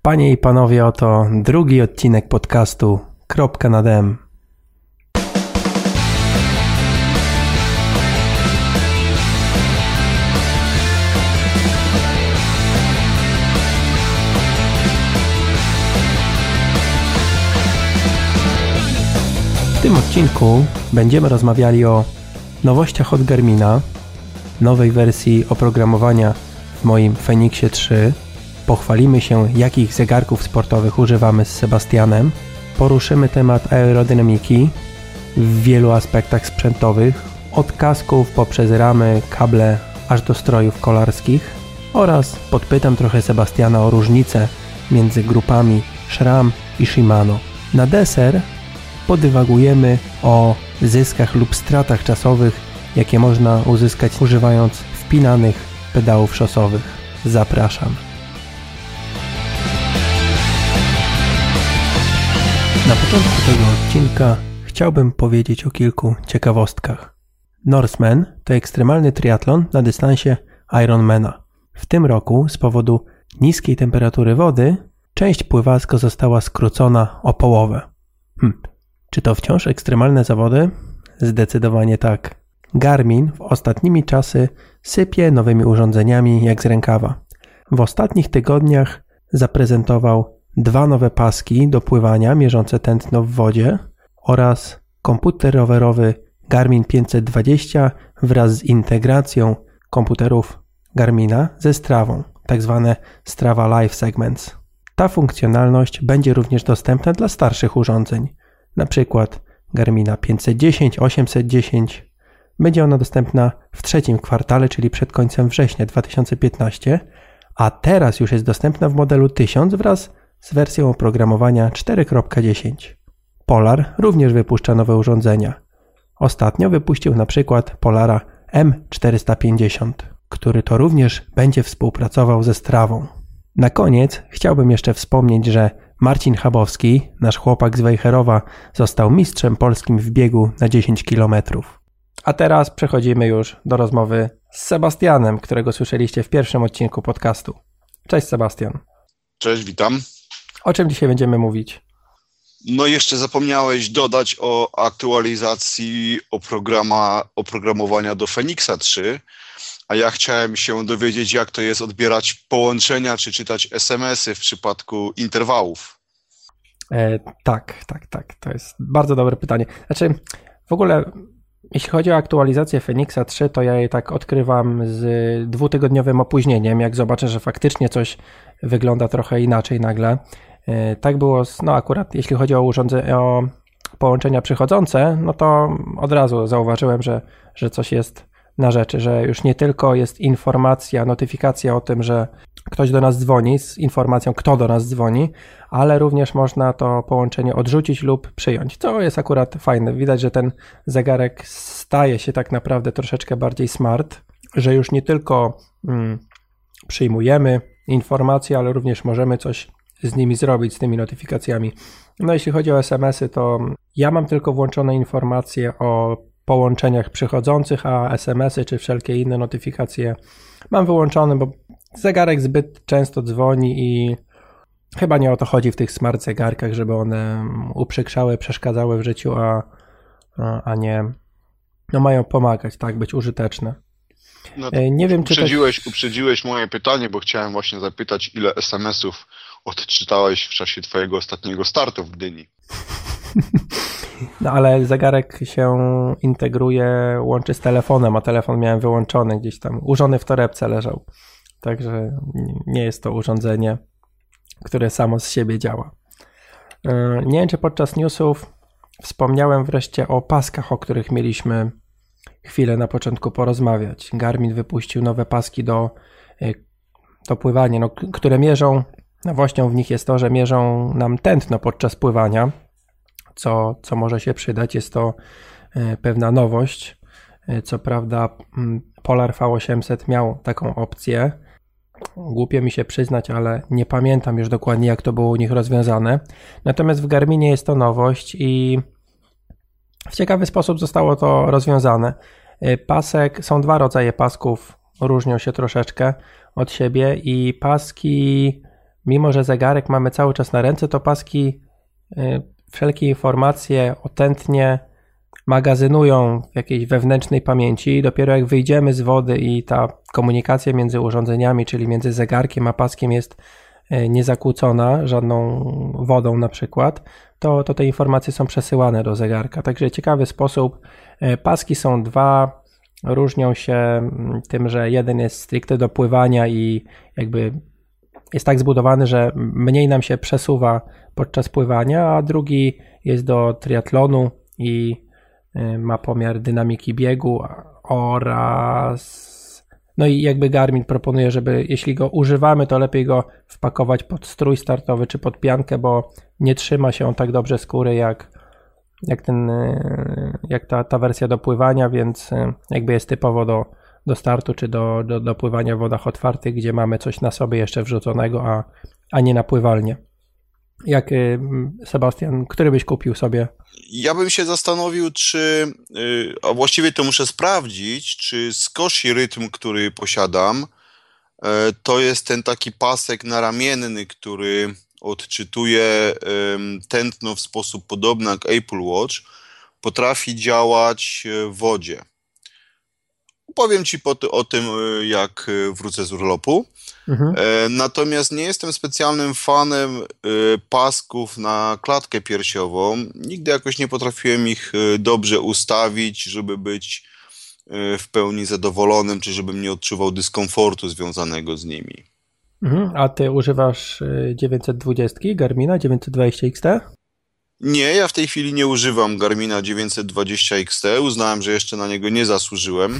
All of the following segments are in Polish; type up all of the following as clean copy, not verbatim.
Panie i panowie, oto drugi odcinek podcastu Kropka nad M. W tym odcinku będziemy rozmawiali o nowościach od Garmina, nowej wersji oprogramowania w moim Fenixie 3. Pochwalimy się, jakich zegarków sportowych używamy z Sebastianem. Poruszymy temat aerodynamiki w wielu aspektach sprzętowych, od kasków poprzez ramy, kable, aż do strojów kolarskich. Oraz podpytam trochę Sebastiana o różnice między grupami SRAM i Shimano. Na deser podywagujemy o zyskach lub stratach czasowych, jakie można uzyskać używając wpinanych pedałów szosowych. Zapraszam. Na początku tego odcinka chciałbym powiedzieć o kilku ciekawostkach. Norseman to ekstremalny triatlon na dystansie Ironmana. W tym roku z powodu niskiej temperatury wody część pływacka została skrócona o połowę. Czy to wciąż ekstremalne zawody? Zdecydowanie tak. Garmin w ostatnimi czasy sypie nowymi urządzeniami jak z rękawa. W ostatnich tygodniach zaprezentował 2 nowe paski do pływania mierzące tętno w wodzie oraz komputer rowerowy Garmin 520 wraz z integracją komputerów Garmina ze Strawą, tzw. Strava Live Segments. Ta funkcjonalność będzie również dostępna dla starszych urządzeń, np. Garmina 510, 810. Będzie ona dostępna w trzecim kwartale, czyli przed końcem września 2015, a teraz już jest dostępna w modelu 1000 wraz z wersją oprogramowania 4.10. Polar również wypuszcza nowe urządzenia. Ostatnio wypuścił na przykład Polara M450, który to również będzie współpracował ze Strawą. Na koniec chciałbym jeszcze wspomnieć, że Marcin Chabowski, nasz chłopak z Wejherowa, został mistrzem polskim w biegu na 10 km. A teraz przechodzimy już do rozmowy z Sebastianem, którego słyszeliście w pierwszym odcinku podcastu. Cześć Sebastian. Cześć, witam. O czym dzisiaj będziemy mówić? No jeszcze zapomniałeś dodać o aktualizacji oprogramowania do Fenixa 3, a ja chciałem się dowiedzieć, jak to jest odbierać połączenia czy czytać SMS-y w przypadku interwałów. Tak. To jest bardzo dobre pytanie. Znaczy, w ogóle, jeśli chodzi o aktualizację Fenixa 3, to ja jej tak odkrywam z 2-tygodniowym opóźnieniem, jak zobaczę, że faktycznie coś wygląda trochę inaczej nagle. Tak było, akurat jeśli chodzi o połączenia przychodzące, no to od razu zauważyłem, że coś jest na rzeczy, że już nie tylko jest informacja, notyfikacja o tym, że ktoś do nas dzwoni z informacją, kto do nas dzwoni, ale również można to połączenie odrzucić lub przyjąć. To jest akurat fajne. Widać, że ten zegarek staje się tak naprawdę troszeczkę bardziej smart, że już nie tylko przyjmujemy informacje, ale również możemy coś z nimi zrobić, z tymi notyfikacjami. No jeśli chodzi o SMS-y, to ja mam tylko włączone informacje o połączeniach przychodzących, a SMS-y czy wszelkie inne notyfikacje mam wyłączone, bo zegarek zbyt często dzwoni i chyba nie o to chodzi w tych smart zegarkach, żeby one uprzykrzały, przeszkadzały w życiu, a nie mają pomagać, tak, być użyteczne. No nie wiem, uprzedziłeś moje pytanie, bo chciałem właśnie zapytać, ile SMS-ów odczytałeś w czasie twojego ostatniego startu w Gdyni. No ale zegarek się integruje, łączy z telefonem, a telefon miałem wyłączony gdzieś tam, ułożony w torebce leżał. Także nie jest to urządzenie, które samo z siebie działa. Nie wiem, czy podczas newsów wspomniałem wreszcie o paskach, o których mieliśmy chwilę na początku porozmawiać. Garmin wypuścił nowe paski do pływania, które mierzą, nowością w nich jest to, że mierzą nam tętno podczas pływania, co może się przydać. Jest to pewna nowość. Co prawda Polar V800 miał taką opcję. Głupio mi się przyznać, ale nie pamiętam już dokładnie, jak to było u nich rozwiązane. Natomiast w Garminie jest to nowość i w ciekawy sposób zostało to rozwiązane. Pasek, są 2 rodzaje pasków, różnią się troszeczkę od siebie i paski mimo że zegarek mamy cały czas na ręce, to paski wszelkie informacje o tętnie magazynują w jakiejś wewnętrznej pamięci i dopiero jak wyjdziemy z wody i ta komunikacja między urządzeniami, czyli między zegarkiem a paskiem jest niezakłócona żadną wodą na przykład, to te informacje są przesyłane do zegarka. Także ciekawy sposób. Paski są dwa, różnią się tym, że jeden jest stricte do pływania i jakby jest tak zbudowany, że mniej nam się przesuwa podczas pływania, a drugi jest do triatlonu i ma pomiar dynamiki biegu oraz... No i jakby Garmin proponuje, żeby jeśli go używamy, to lepiej go wpakować pod strój startowy czy pod piankę, bo nie trzyma się on tak dobrze skóry jak ta wersja do pływania, więc jakby jest typowo do startu czy do pływania w wodach otwartych, gdzie mamy coś na sobie jeszcze wrzuconego, a nie na pływalnię. Jak Sebastian, który byś kupił sobie? Ja bym się zastanowił, a właściwie to muszę sprawdzić, czy Skoshi Rytm, który posiadam, to jest ten taki pasek naramienny, który odczytuje tętno w sposób podobny jak Apple Watch, potrafi działać w wodzie. Opowiem Ci o tym, jak wrócę z urlopu. Natomiast nie jestem specjalnym fanem pasków na klatkę piersiową. Nigdy jakoś nie potrafiłem ich dobrze ustawić, żeby być w pełni zadowolonym, czy żebym nie odczuwał dyskomfortu związanego z nimi. A ty używasz 920 Garmina 920 XT? Nie, ja w tej chwili nie używam Garmina 920 XT. Uznałem, że jeszcze na niego nie zasłużyłem.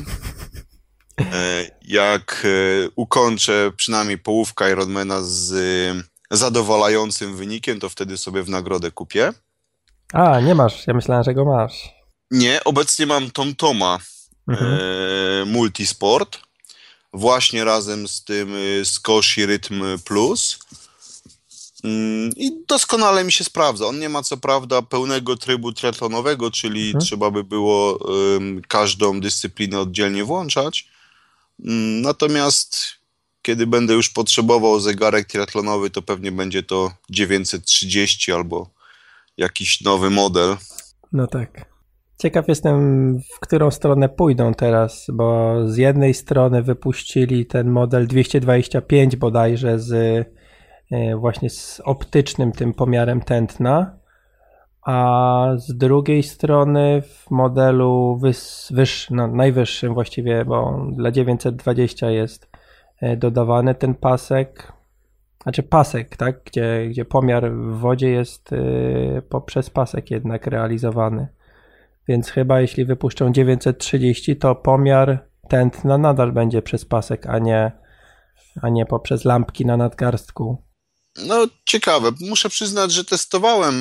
Jak ukończę przynajmniej połówkę Ironmana z zadowalającym wynikiem, to wtedy sobie w nagrodę kupię. A, nie masz. Ja myślałem, że go masz. Nie, obecnie mam TomToma Multisport. Właśnie razem z tym Skoshi Rytm Plus. I doskonale mi się sprawdza. On nie ma co prawda pełnego trybu triatlonowego, czyli trzeba by było każdą dyscyplinę oddzielnie włączać. Natomiast kiedy będę już potrzebował zegarek triatlonowy, to pewnie będzie to 930 albo jakiś nowy model. No tak. Ciekaw jestem, w którą stronę pójdą teraz, bo z jednej strony wypuścili ten model 225 bodajże właśnie z optycznym tym pomiarem tętna, a z drugiej strony w modelu najwyższym właściwie, bo dla 920 jest dodawany ten pasek, tak, gdzie pomiar w wodzie jest poprzez pasek jednak realizowany. Więc chyba jeśli wypuszczą 930, to pomiar tętna nadal będzie przez pasek, a nie poprzez lampki na nadgarstku. No ciekawe. Muszę przyznać, że testowałem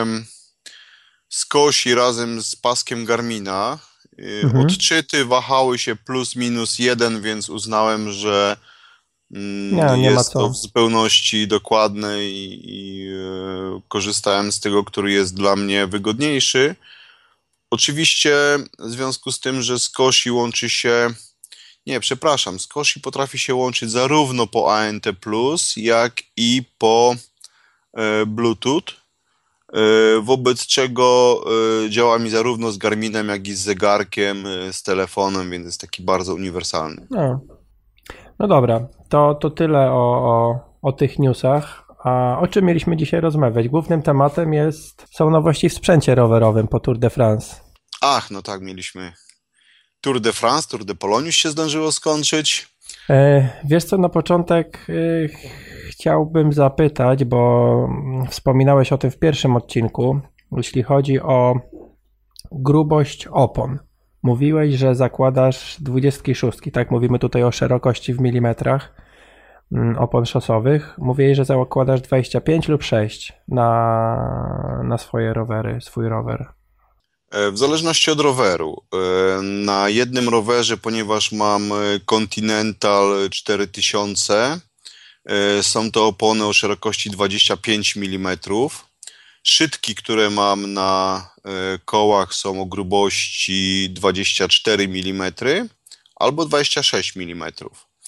Skoshi razem z paskiem Garmina. Odczyty wahały się plus minus 1, więc uznałem, że nie jest to w zupełności dokładne i korzystałem z tego, który jest dla mnie wygodniejszy. Oczywiście w związku z tym, że Skoshi łączy się... Skoshi potrafi się łączyć zarówno po ANT+, jak i po Bluetooth, wobec czego działa mi zarówno z Garminem, jak i z zegarkiem, z telefonem, więc jest taki bardzo uniwersalny. No dobra, to tyle o tych newsach. A o czym mieliśmy dzisiaj rozmawiać? Głównym tematem są nowości w sprzęcie rowerowym po Tour de France. Ach, no tak, mieliśmy Tour de France, Tour de Pologne już się zdążyło skończyć. Wiesz co, na początek chciałbym zapytać, bo wspominałeś o tym w pierwszym odcinku, jeśli chodzi o grubość opon. Mówiłeś, że zakładasz 26, tak? Mówimy tutaj o szerokości w milimetrach opon szosowych. Mówiłeś, że zakładasz 25 lub 6 na swoje rowery, swój rower. W zależności od roweru. Na jednym rowerze, ponieważ mam Continental 4000, są to opony o szerokości 25 mm. Szydki, które mam na kołach, są o grubości 24 mm albo 26 mm.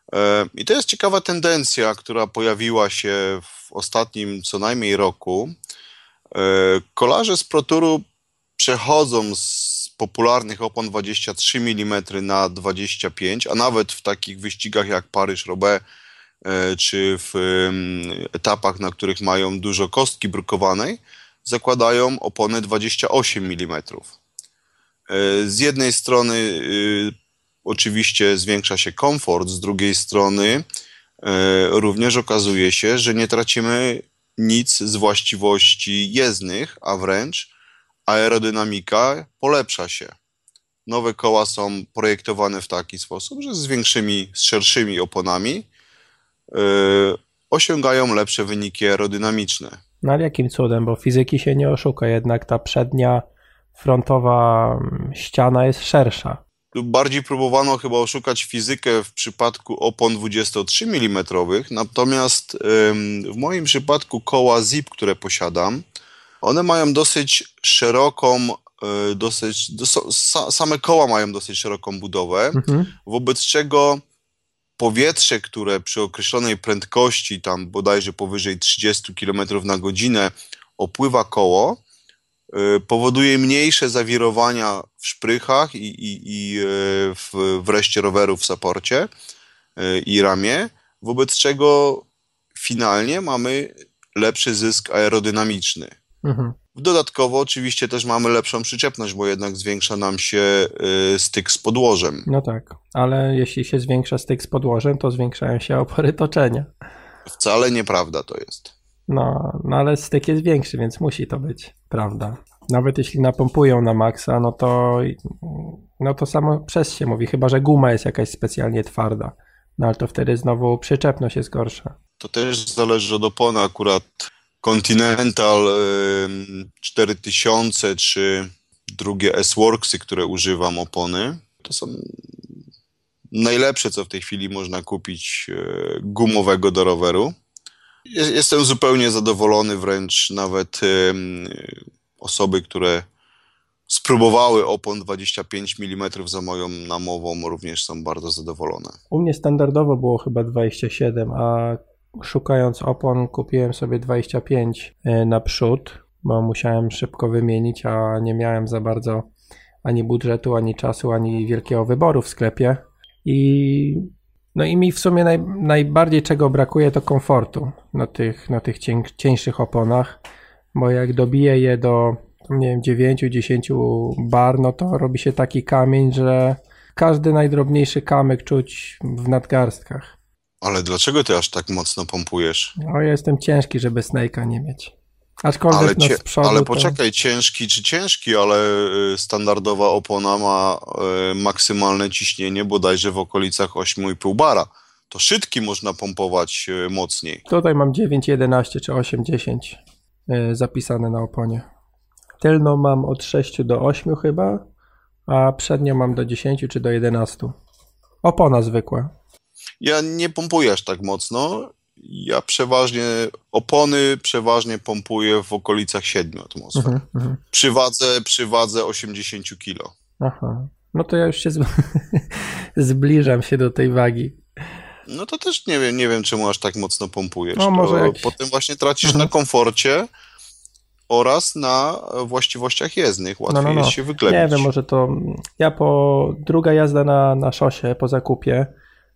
I to jest ciekawa tendencja, która pojawiła się w ostatnim co najmniej roku. Kolarze z ProTouru przechodzą z popularnych opon 23 mm na 25, a nawet w takich wyścigach jak Paryż-Roubaix czy w etapach, na których mają dużo kostki brukowanej, zakładają opony 28 mm. Z jednej strony oczywiście zwiększa się komfort, z drugiej strony również okazuje się, że nie tracimy nic z właściwości jezdnych, a wręcz aerodynamika polepsza się. Nowe koła są projektowane w taki sposób, że z szerszymi oponami osiągają lepsze wyniki aerodynamiczne. No ale jakim cudem, bo fizyki się nie oszuka, jednak ta przednia frontowa ściana jest szersza. Bardziej próbowano chyba oszukać fizykę w przypadku opon 23 mm, natomiast w moim przypadku koła ZIP, które posiadam, one mają dosyć szeroką, same koła mają dosyć szeroką budowę, wobec czego powietrze, które przy określonej prędkości, tam bodajże powyżej 30 km na godzinę opływa koło, powoduje mniejsze zawirowania w szprychach i w reszcie roweru w saporcie i ramie, wobec czego finalnie mamy lepszy zysk aerodynamiczny. Dodatkowo oczywiście też mamy lepszą przyczepność, bo jednak zwiększa nam się styk z podłożem. No tak, ale jeśli się zwiększa styk z podłożem, to zwiększają się opory toczenia. Wcale nieprawda to jest. No ale styk jest większy, więc musi to być prawda. Nawet jeśli napompują na maksa, no to samo przez się mówi, chyba że guma jest jakaś specjalnie twarda. No ale to wtedy znowu przyczepność jest gorsza. To też zależy od opony. Akurat Continental 4000 czy drugie S-Worksy, które używam opony, to są najlepsze, co w tej chwili można kupić gumowego do roweru. Jestem zupełnie zadowolony, wręcz nawet osoby, które spróbowały opon 25 mm za moją namową, również są bardzo zadowolone. U mnie standardowo było chyba 27, a szukając opon kupiłem sobie 25 na przód, bo musiałem szybko wymienić, a nie miałem za bardzo ani budżetu, ani czasu, ani wielkiego wyboru w sklepie. I mi w sumie najbardziej czego brakuje, to komfortu na tych cieńszych oponach, bo jak dobiję je do, nie wiem, 9-10 bar, no to robi się taki kamień, że każdy najdrobniejszy kamyk czuć w nadgarstkach. Ale dlaczego ty aż tak mocno pompujesz? No, ja jestem ciężki, żeby Snake'a nie mieć. Aczkolwiek z przodu ale poczekaj, ciężki czy ciężki, ale standardowa opona ma maksymalne ciśnienie bodajże w okolicach 8,5 bara. To szydki można pompować mocniej. Tutaj mam 9,11 czy 8,10 zapisane na oponie. Tylną mam od 6 do 8 chyba, a przednią mam do 10 czy do 11. Opona zwykła. Ja nie pompuję aż tak mocno. Ja opony przeważnie pompuję w okolicach 7 atmosfer. Przy wadze 80 kg. Aha. No to ja już się zbliżam się do tej wagi. No to też nie wiem czemu aż tak mocno pompujesz. No, może potem właśnie tracisz na komforcie oraz na właściwościach jezdnych. Łatwiej jest się wyklepić. Nie wiem, może to ja druga jazda na szosie po zakupie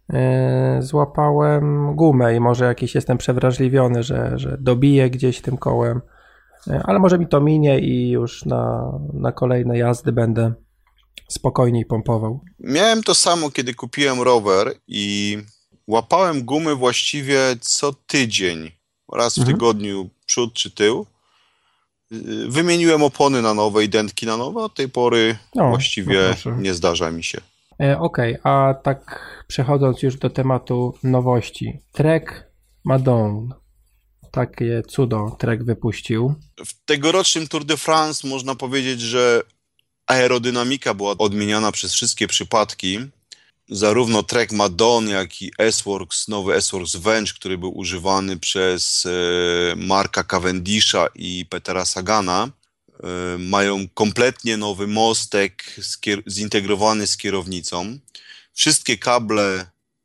złapałem gumę i może jakiś jestem przewrażliwiony, że dobiję gdzieś tym kołem, ale może mi to minie i już na kolejne jazdy będę spokojniej pompował. Miałem to samo, kiedy kupiłem rower i łapałem gumy właściwie co tydzień, raz w tygodniu, przód czy tył. Wymieniłem opony na nowe i dętki na nowe, od tej pory właściwie nie zdarza mi się. Okej, a tak przechodząc już do tematu nowości. Trek Madone. Takie cudo Trek wypuścił. W tegorocznym Tour de France można powiedzieć, że aerodynamika była odmieniana przez wszystkie przypadki. Zarówno Trek Madone, jak i S-Works, nowy S-Works Venge, który był używany przez Marka Cavendisha i Petera Sagana, mają kompletnie nowy mostek zintegrowany z kierownicą. Wszystkie kable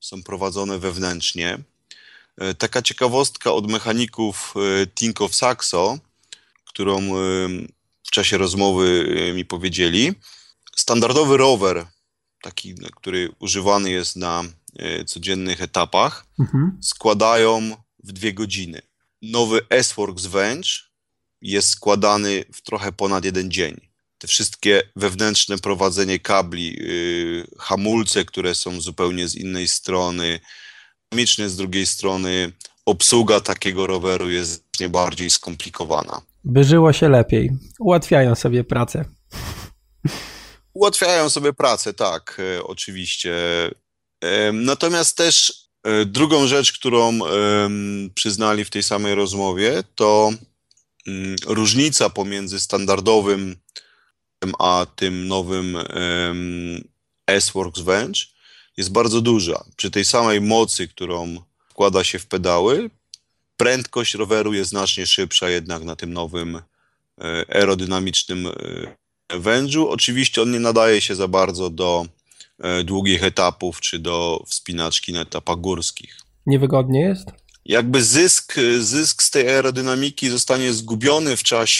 są prowadzone wewnętrznie. Taka ciekawostka od mechaników Tinkoff Saxo, którą w czasie rozmowy mi powiedzieli. Standardowy rower, taki, który używany jest na codziennych etapach, składają w 2 godziny. Nowy S-Works Venge jest składany w trochę ponad 1 dzień. Te wszystkie wewnętrzne prowadzenie kabli, hamulce, które są zupełnie z innej strony, dynamiczne z drugiej strony, obsługa takiego roweru jest znacznie bardziej skomplikowana. By żyło się lepiej. Ułatwiają sobie pracę. Ułatwiają sobie pracę, tak, oczywiście. Natomiast też drugą rzecz, którą przyznali w tej samej rozmowie, to różnica pomiędzy standardowym a tym nowym S-Works Venge jest bardzo duża. Przy tej samej mocy, którą wkłada się w pedały, prędkość roweru jest znacznie szybsza jednak na tym nowym aerodynamicznym Venge'u. Oczywiście on nie nadaje się za bardzo do długich etapów czy do wspinaczki na etapach górskich. Niewygodnie jest? Jakby zysk z tej aerodynamiki zostanie zgubiony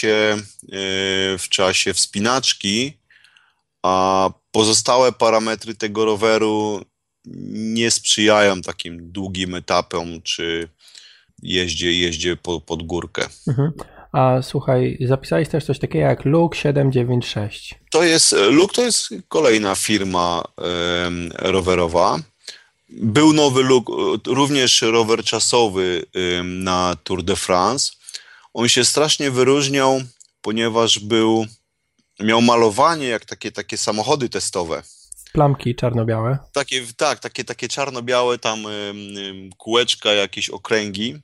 w czasie wspinaczki, a pozostałe parametry tego roweru nie sprzyjają takim długim etapom czy jeździe pod górkę. A słuchaj, zapisałeś też coś takiego jak Look 796. Look to jest kolejna firma rowerowa. Był nowy Look, również rower czasowy na Tour de France. On się strasznie wyróżniał, ponieważ miał malowanie jak takie samochody testowe. Plamki czarno-białe. Takie czarno-białe, tam kółeczka, jakieś okręgi.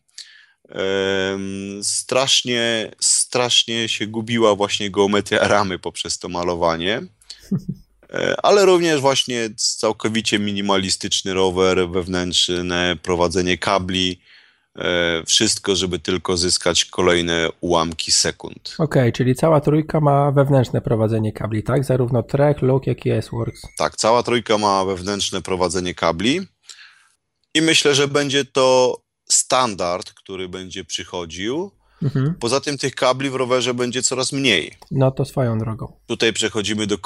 Strasznie się gubiła właśnie geometria ramy poprzez to malowanie. Ale również właśnie całkowicie minimalistyczny rower, wewnętrzne prowadzenie kabli, wszystko, żeby tylko zyskać kolejne ułamki sekund. Okej, czyli cała trójka ma wewnętrzne prowadzenie kabli, tak? Zarówno Trek, Look, jak i S-Works. Tak, cała trójka ma wewnętrzne prowadzenie kabli i myślę, że będzie to standard, który będzie przychodził. Poza tym tych kabli w rowerze będzie coraz mniej. No to swoją drogą. Tutaj przechodzimy do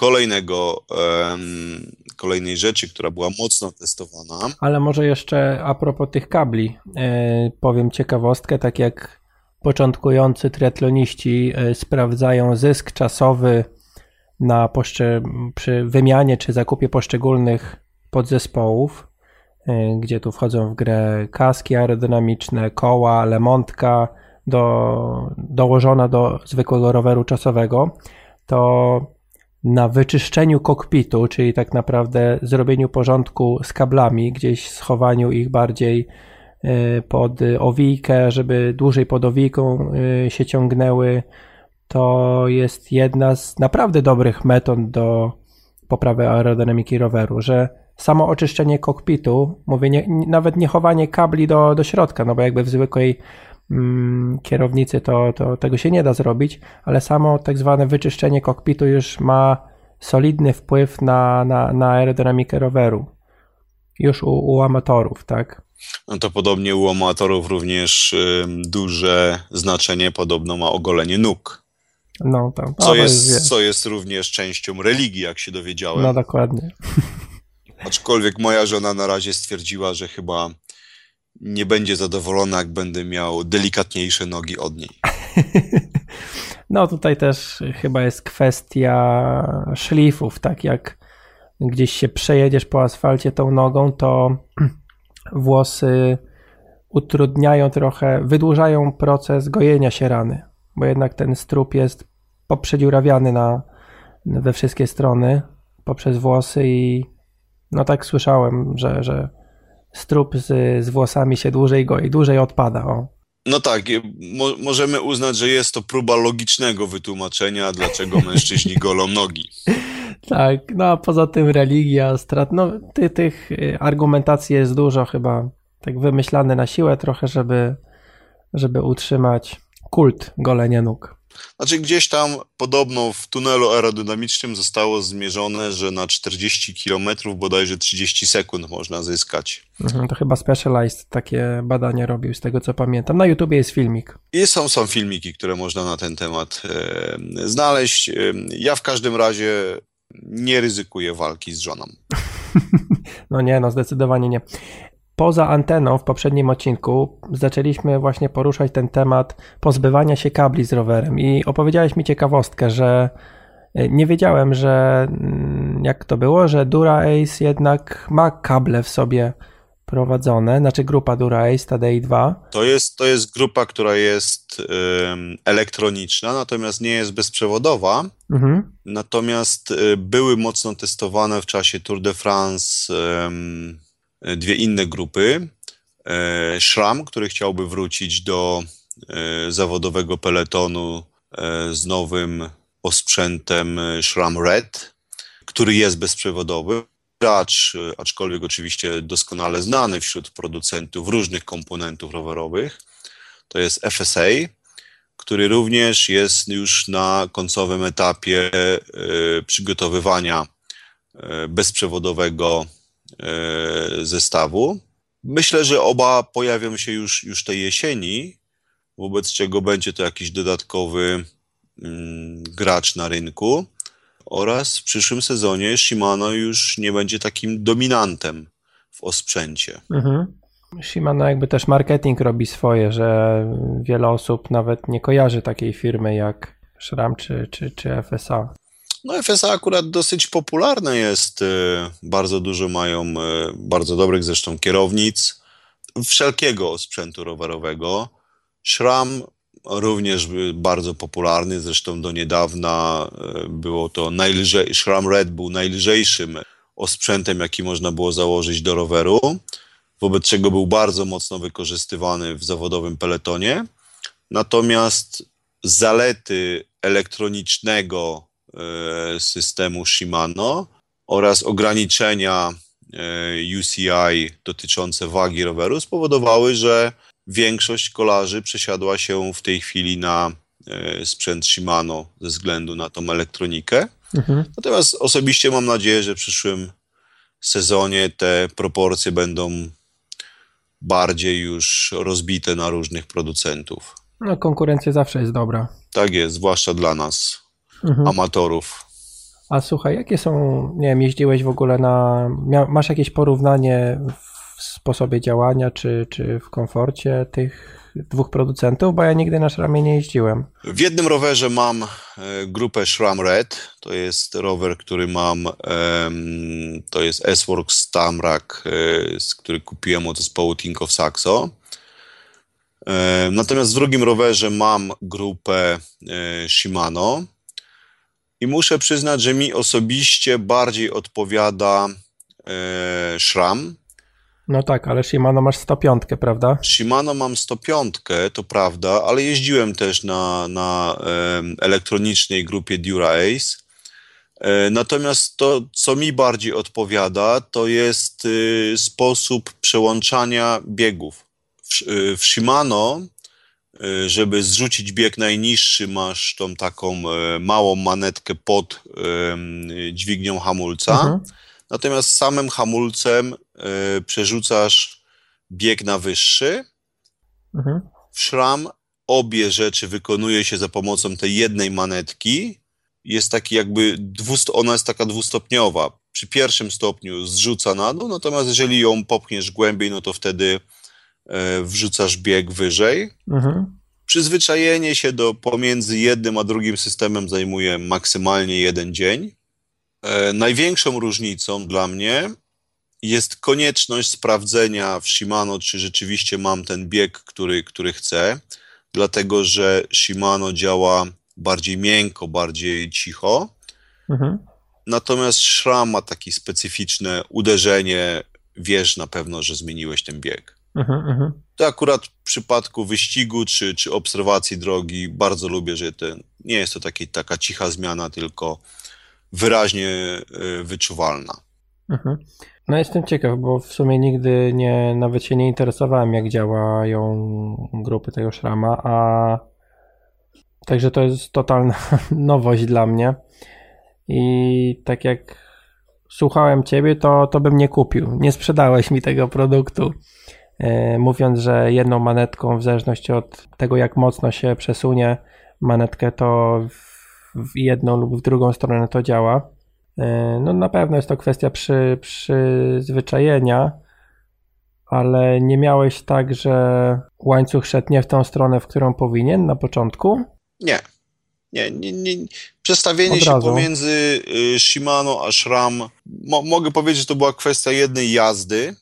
kolejnej rzeczy, która była mocno testowana. Ale może jeszcze a propos tych kabli, powiem ciekawostkę, tak jak początkujący triatloniści sprawdzają zysk czasowy przy wymianie czy zakupie poszczególnych podzespołów, gdzie tu wchodzą w grę kaski aerodynamiczne, koła, lemontka, dołożona do zwykłego roweru czasowego, to na wyczyszczeniu kokpitu, czyli tak naprawdę zrobieniu porządku z kablami, gdzieś schowaniu ich bardziej pod owijkę, żeby dłużej pod owijką się ciągnęły, to jest jedna z naprawdę dobrych metod do poprawy aerodynamiki roweru, że samo oczyszczenie kokpitu, mówię, nawet nie chowanie kabli do środka, no bo jakby w zwykłej kierownicy to tego się nie da zrobić, ale samo tak zwane wyczyszczenie kokpitu już ma solidny wpływ na aerodynamikę roweru. Już u amatorów, tak? No to podobnie u amatorów również duże znaczenie podobno ma ogolenie nóg. No to, co jest również częścią religii, jak się dowiedziałem. No dokładnie. Aczkolwiek moja żona na razie stwierdziła, że chyba nie będzie zadowolona, jak będę miał delikatniejsze nogi od niej. No tutaj też chyba jest kwestia szlifów, tak jak gdzieś się przejedziesz po asfalcie tą nogą, to włosy utrudniają trochę, wydłużają proces gojenia się rany, bo jednak ten strób jest poprzedziurawiany we wszystkie strony poprzez włosy i no tak słyszałem, że strób z włosami się dłużej goi, dłużej odpada. O. No tak, możemy uznać, że jest to próba logicznego wytłumaczenia, dlaczego mężczyźni golą nogi. Tak, no a poza tym religia, no tych argumentacji jest dużo, chyba tak wymyślane na siłę trochę, żeby utrzymać kult golenia nóg. Znaczy gdzieś tam podobno w tunelu aerodynamicznym zostało zmierzone, że na 40 km bodajże 30 sekund można zyskać. To chyba Specialized takie badania robił, z tego co pamiętam. Na YouTubie jest filmik. I są filmiki, które można na ten temat znaleźć. Ja w każdym razie nie ryzykuję walki z żoną. No nie, no zdecydowanie nie. Poza anteną w poprzednim odcinku zaczęliśmy właśnie poruszać ten temat pozbywania się kabli z rowerem i opowiedziałeś mi ciekawostkę, że nie wiedziałem, że jak to było, że DuraAce jednak ma kable w sobie prowadzone, znaczy grupa DuraAce, ta DI2. To jest grupa, która jest elektroniczna, natomiast nie jest bezprzewodowa. Natomiast były mocno testowane w czasie Tour de France dwie inne grupy. SRAM, który chciałby wrócić do zawodowego peletonu z nowym osprzętem SRAM Red, który jest bezprzewodowy. Aczkolwiek oczywiście doskonale znany wśród producentów różnych komponentów rowerowych. To jest FSA, który również jest już na końcowym etapie przygotowywania bezprzewodowego zestawu. Myślę, że oba pojawią się już tej jesieni, wobec czego będzie to jakiś dodatkowy gracz na rynku oraz w przyszłym sezonie Shimano już nie będzie takim dominantem w osprzęcie. Shimano jakby też marketing robi swoje, że wiele osób nawet nie kojarzy takiej firmy jak SRAM czy FSA. No FSA akurat dosyć popularne jest, bardzo dużo mają bardzo dobrych zresztą kierownic wszelkiego sprzętu rowerowego. SRAM również bardzo popularny, zresztą do niedawna było to SRAM Red był najlżejszym osprzętem, jaki można było założyć do roweru, wobec czego był bardzo mocno wykorzystywany w zawodowym peletonie. Natomiast zalety elektronicznego systemu Shimano oraz ograniczenia UCI dotyczące wagi roweru spowodowały, że większość kolarzy przesiadła się w tej chwili na sprzęt Shimano ze względu na tą elektronikę. Natomiast osobiście mam nadzieję, że w przyszłym sezonie te proporcje będą bardziej już rozbite na różnych producentów. No konkurencja zawsze jest dobra. Tak jest, zwłaszcza dla nas, amatorów. A słuchaj, jakie są, nie wiem, jeździłeś w ogóle masz jakieś porównanie w sposobie działania, czy w komforcie tych dwóch producentów? Bo ja nigdy na SRAMie nie jeździłem. W jednym rowerze mam grupę SRAM Red, to jest rower, który mam, to jest S-Works Tamrak, który kupiłem od zespołu Tinkoff Saxo. Natomiast w drugim rowerze mam grupę Shimano i muszę przyznać, że mi osobiście bardziej odpowiada SRAM. No tak, ale Shimano masz 105, prawda? Shimano mam 105, to prawda, ale jeździłem też na elektronicznej grupie DuraAce. Natomiast to, co mi bardziej odpowiada, to jest sposób przełączania biegów. W Shimano, żeby zrzucić bieg najniższy, masz tą taką małą manetkę pod dźwignią hamulca. Natomiast samym hamulcem przerzucasz bieg na wyższy. W SRAM obie rzeczy wykonuje się za pomocą tej jednej manetki. Jest taki jakby, ona jest taka dwustopniowa. Przy pierwszym stopniu zrzuca na dół, natomiast jeżeli ją popchniesz głębiej, no to wtedy wrzucasz bieg wyżej. Przyzwyczajenie się pomiędzy jednym a drugim systemem zajmuje maksymalnie 1 dzień. Największą różnicą dla mnie jest konieczność sprawdzenia w Shimano, czy rzeczywiście mam ten bieg, który chcę, dlatego że Shimano działa bardziej miękko, bardziej cicho. Natomiast SRAM ma takie specyficzne uderzenie, wiesz na pewno, że zmieniłeś ten bieg. To akurat w przypadku wyścigu czy obserwacji drogi bardzo lubię, że nie jest to taka cicha zmiana, tylko wyraźnie wyczuwalna. No jestem ciekaw, bo w sumie nigdy nawet się nie interesowałem, jak działają grupy tego SRAMa, a Także to jest totalna nowość dla mnie i tak jak słuchałem Ciebie, to bym nie kupił. Nie sprzedałeś mi tego produktu, mówiąc, że jedną manetką, w zależności od tego, jak mocno się przesunie manetkę, to w jedną lub w drugą stronę to działa. No na pewno jest to kwestia przyzwyczajenia, ale nie miałeś tak, że łańcuch szedł nie w tą stronę, w którą powinien na początku? Nie. Przestawienie się pomiędzy Shimano a SRAM, mogę powiedzieć, że to była kwestia jednej jazdy.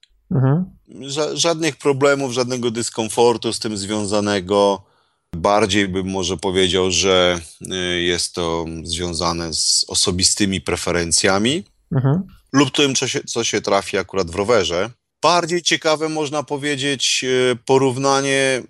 Żadnych problemów, żadnego dyskomfortu z tym związanego. Bardziej bym może powiedział, że jest to związane z osobistymi preferencjami lub tym, co się trafi akurat w rowerze. Bardziej ciekawe, można powiedzieć, porównanie,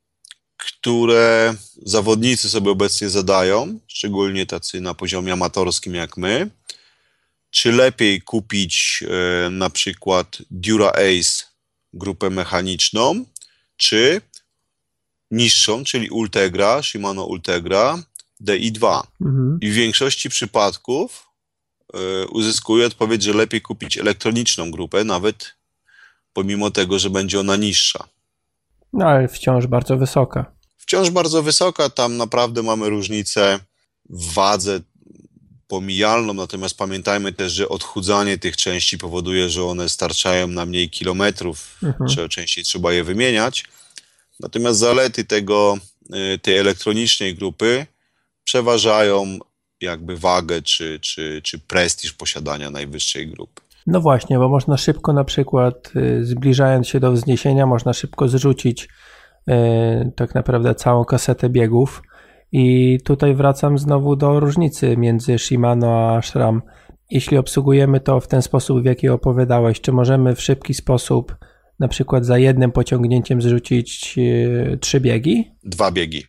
które zawodnicy sobie obecnie zadają, szczególnie tacy na poziomie amatorskim jak my. Czy lepiej kupić na przykład Dura Ace grupę mechaniczną, czy niższą, czyli Ultegra, Shimano Ultegra Di2. I w większości przypadków uzyskuję odpowiedź, że lepiej kupić elektroniczną grupę, nawet pomimo tego, że będzie ona niższa. No ale wciąż bardzo wysoka. Wciąż bardzo wysoka, tam naprawdę mamy różnicę w wadze pomijalną, natomiast pamiętajmy też, że odchudzanie tych części powoduje, że one starczają na mniej kilometrów, częściej trzeba je wymieniać. Natomiast zalety tej elektronicznej grupy przeważają jakby wagę czy prestiż posiadania najwyższej grupy. No właśnie, bo można szybko na przykład, zbliżając się do wzniesienia, można szybko zrzucić tak naprawdę całą kasetę biegów. I tutaj wracam znowu do różnicy między Shimano a SRAM. Jeśli obsługujemy to w ten sposób, w jaki opowiadałeś, czy możemy w szybki sposób na przykład za jednym pociągnięciem zrzucić 3 biegi? 2 biegi.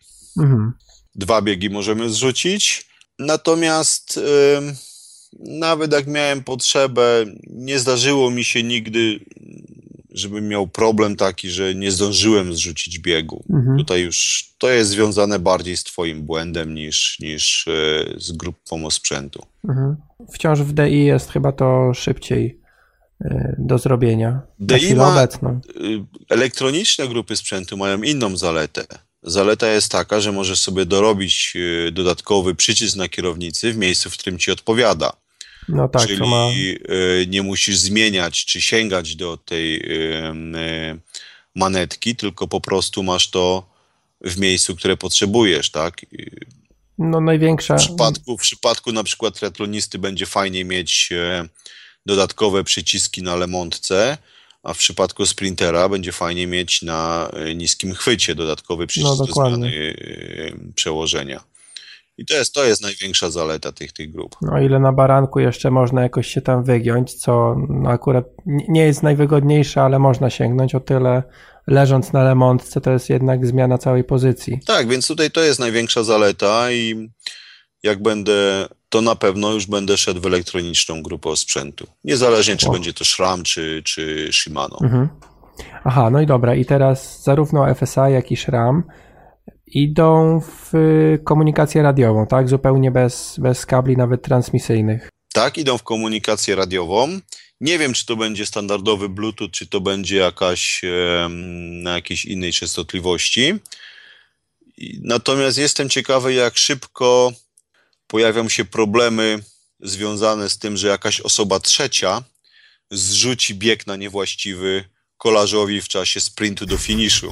2 biegi możemy zrzucić, natomiast nawet jak miałem potrzebę, nie zdarzyło mi się nigdy, żebym miał problem taki, że nie zdążyłem zrzucić biegu. Tutaj już to jest związane bardziej z twoim błędem niż z grupą osprzętu. Wciąż w DI jest chyba to szybciej do zrobienia. DI ma, elektroniczne grupy sprzętu mają inną zaletę. Zaleta jest taka, że możesz sobie dorobić dodatkowy przycisk na kierownicy w miejscu, w którym ci odpowiada. No tak, czyli nie musisz zmieniać czy sięgać do tej manetki, tylko po prostu masz to w miejscu, które potrzebujesz, tak? No największa... W przypadku na przykład triatlonisty będzie fajnie mieć dodatkowe przyciski na lemontce, a w przypadku sprintera będzie fajnie mieć na niskim chwycie dodatkowy przycisk do zmiany przełożenia. I to jest największa zaleta tych grup. No ile na baranku jeszcze można jakoś się tam wygiąć, co akurat nie jest najwygodniejsze, ale można sięgnąć, o tyle leżąc na lemontce to jest jednak zmiana całej pozycji. Tak, więc tutaj to jest największa zaleta i jak będę, to na pewno już będę szedł w elektroniczną grupę sprzętu. Niezależnie czy będzie to SRAM czy Shimano. Aha, no i dobra, i teraz zarówno FSA jak i SRAM idą w komunikację radiową, tak? Zupełnie bez kabli, nawet transmisyjnych. Tak, idą w komunikację radiową. Nie wiem, czy to będzie standardowy Bluetooth, czy to będzie na jakiejś innej częstotliwości. Natomiast jestem ciekawy, jak szybko pojawią się problemy związane z tym, że jakaś osoba trzecia zrzuci bieg na niewłaściwy kolarzowi w czasie sprintu do finiszu.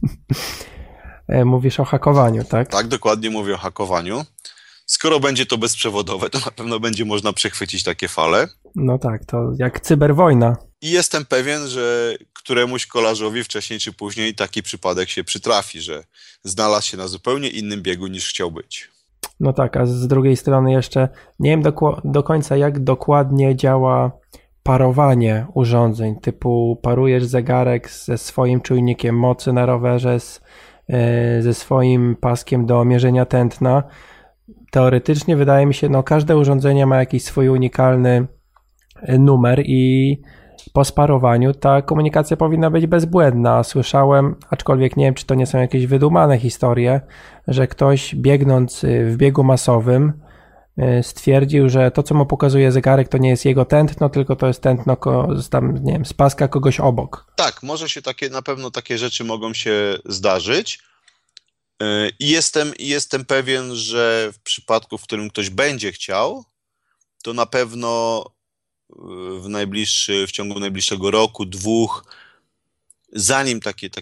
Mówisz o hakowaniu, tak? Tak, dokładnie mówię o hakowaniu. Skoro będzie to bezprzewodowe, to na pewno będzie można przechwycić takie fale. No tak, to jak cyberwojna. I jestem pewien, że któremuś kolarzowi wcześniej czy później taki przypadek się przytrafi, że znalazł się na zupełnie innym biegu niż chciał być. No tak, a z drugiej strony jeszcze nie wiem do końca, jak dokładnie działa parowanie urządzeń, typu parujesz zegarek ze swoim czujnikiem mocy na rowerze, ze swoim paskiem do mierzenia tętna. Teoretycznie wydaje mi się, no każde urządzenie ma jakiś swój unikalny numer i po sparowaniu ta komunikacja powinna być bezbłędna. Słyszałem, aczkolwiek nie wiem, czy to nie są jakieś wydumane historie, że ktoś biegnąc w biegu masowym stwierdził, że to, co mu pokazuje zegarek, to nie jest jego tętno, tylko to jest tętno tam, nie wiem, z paska kogoś obok. Tak, może się na pewno takie rzeczy mogą się zdarzyć. I jestem pewien, że w przypadku, w którym ktoś będzie chciał, to na pewno w ciągu najbliższego roku, 2, zanim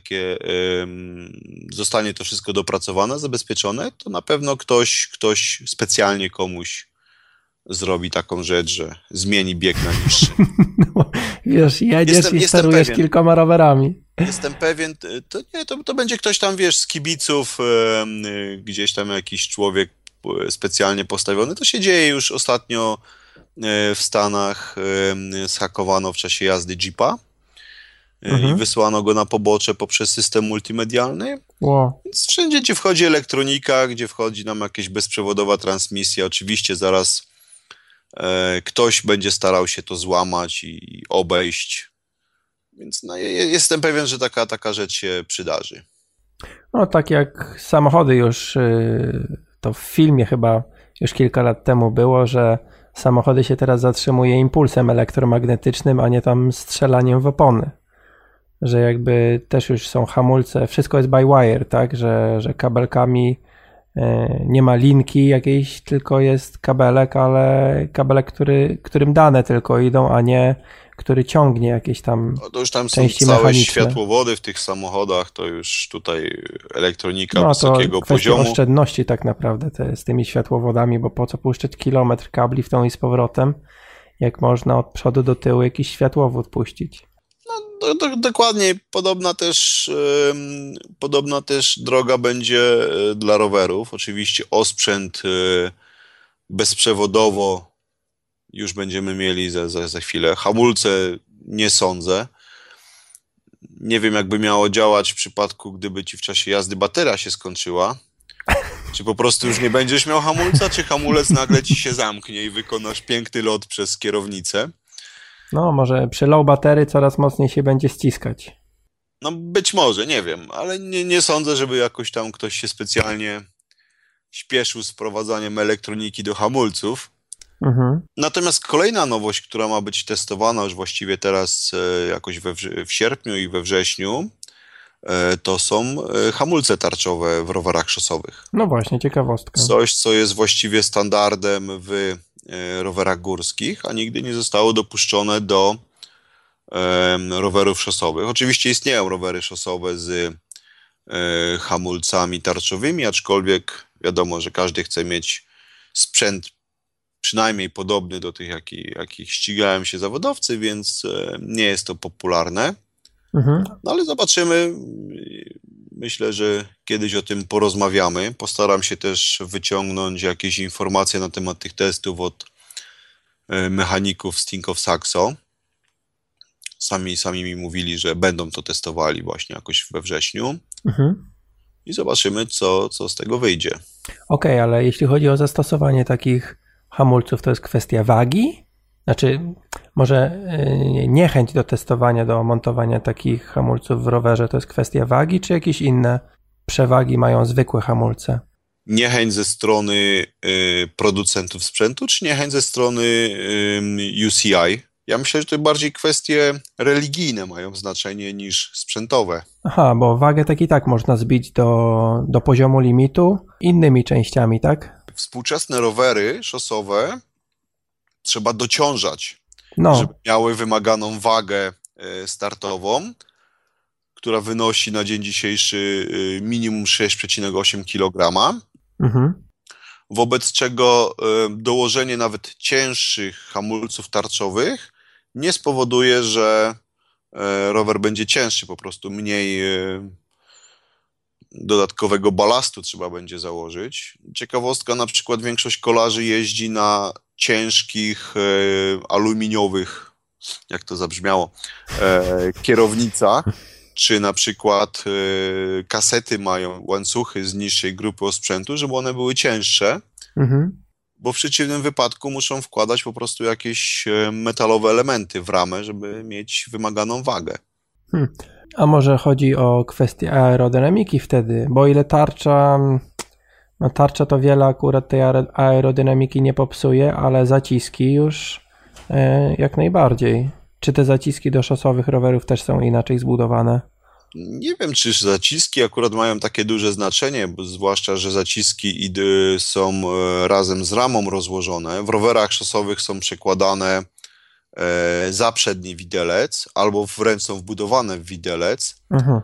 zostanie to wszystko dopracowane, zabezpieczone, to na pewno ktoś specjalnie komuś zrobi taką rzecz, że zmieni bieg na niższy. No, wiesz, jedziesz i sterujesz kilkoma rowerami. Jestem pewien, to będzie ktoś tam, wiesz, z kibiców, gdzieś tam jakiś człowiek specjalnie postawiony. To się dzieje już ostatnio w Stanach, zhakowano w czasie jazdy Jeepa i wysłano go na pobocze poprzez system multimedialny. Wow. Więc wszędzie, gdzie wchodzi elektronika, gdzie wchodzi nam jakaś bezprzewodowa transmisja, oczywiście zaraz ktoś będzie starał się to złamać i obejść. Więc jestem pewien, że taka rzecz się przydarzy. No tak jak samochody już, to w filmie chyba już kilka lat temu było, że samochody się teraz zatrzymuje impulsem elektromagnetycznym, a nie tam strzelaniem w opony. Że jakby też już są hamulce, wszystko jest by wire, tak? Że kabelkami nie ma linki jakiejś, tylko jest kabelek, ale kabelek, którym dane tylko idą, a nie który ciągnie jakieś tam no to już tam są części całe mechaniczne. światłowody w tych samochodach, to już tutaj elektronika No, wysokiego to kwestia poziomu. oszczędności tak naprawdę z tymi światłowodami, bo po co puszczać kilometr kabli w tą i z powrotem, jak można od przodu do tyłu jakiś światłowód puścić. No, dokładnie, podobna też droga będzie dla rowerów. Oczywiście osprzęt bezprzewodowo już będziemy mieli za chwilę. Hamulce nie sądzę. Nie wiem, jakby miało działać w przypadku, gdyby ci w czasie jazdy bateria się skończyła. Czy po prostu już nie będziesz miał hamulca, czy hamulec nagle ci się zamknie i wykonasz piękny lot przez kierownicę. No, może przy low baterii coraz mocniej się będzie ściskać. No być może, nie wiem, ale nie sądzę, żeby jakoś tam ktoś się specjalnie śpieszył z wprowadzaniem elektroniki do hamulców. Natomiast kolejna nowość, która ma być testowana już właściwie teraz jakoś w sierpniu i we wrześniu, to są hamulce tarczowe w rowerach szosowych. No właśnie, ciekawostka. Coś, co jest właściwie standardem w rowerach górskich, a nigdy nie zostało dopuszczone do rowerów szosowych. Oczywiście istnieją rowery szosowe z hamulcami tarczowymi, aczkolwiek wiadomo, że każdy chce mieć sprzęt przynajmniej podobny do tych, jakich ścigają się zawodowcy, więc nie jest to popularne. No ale zobaczymy. Myślę, że kiedyś o tym porozmawiamy. Postaram się też wyciągnąć jakieś informacje na temat tych testów od mechaników z Tinkoff Saxo. Sami mi mówili, że będą to testowali właśnie jakoś we wrześniu. I zobaczymy, co z tego wyjdzie. Okej, ale jeśli chodzi o zastosowanie takich hamulców, to jest kwestia wagi? Znaczy, może niechęć do testowania, do montowania takich hamulców w rowerze to jest kwestia wagi, czy jakieś inne przewagi mają zwykłe hamulce? Niechęć ze strony producentów sprzętu, czy niechęć ze strony UCI? Ja myślę, że to bardziej kwestie religijne mają znaczenie niż sprzętowe. Aha, bo wagę tak i tak można zbić do poziomu limitu innymi częściami, tak? Współczesne rowery szosowe trzeba dociążać, żeby miały wymaganą wagę startową, która wynosi na dzień dzisiejszy minimum 6,8 kg. Wobec czego dołożenie nawet cięższych hamulców tarczowych nie spowoduje, że rower będzie cięższy, po prostu mniej dodatkowego balastu trzeba będzie założyć. Ciekawostka, na przykład większość kolarzy jeździ na ciężkich aluminiowych, jak to zabrzmiało, kierownicach, czy na przykład kasety mają łańcuchy z niższej grupy osprzętu, żeby one były cięższe, bo w przeciwnym wypadku muszą wkładać po prostu jakieś metalowe elementy w ramę, żeby mieć wymaganą wagę. A może chodzi o kwestię aerodynamiki wtedy, bo o ile tarcza to wiele akurat tej aerodynamiki nie popsuje, ale zaciski już jak najbardziej. Czy te zaciski do szosowych rowerów też są inaczej zbudowane? Nie wiem, czy zaciski akurat mają takie duże znaczenie, bo zwłaszcza, że zaciski są razem z ramą rozłożone. W rowerach szosowych są przekładane za przedni widelec albo wręcz są wbudowane w widelec,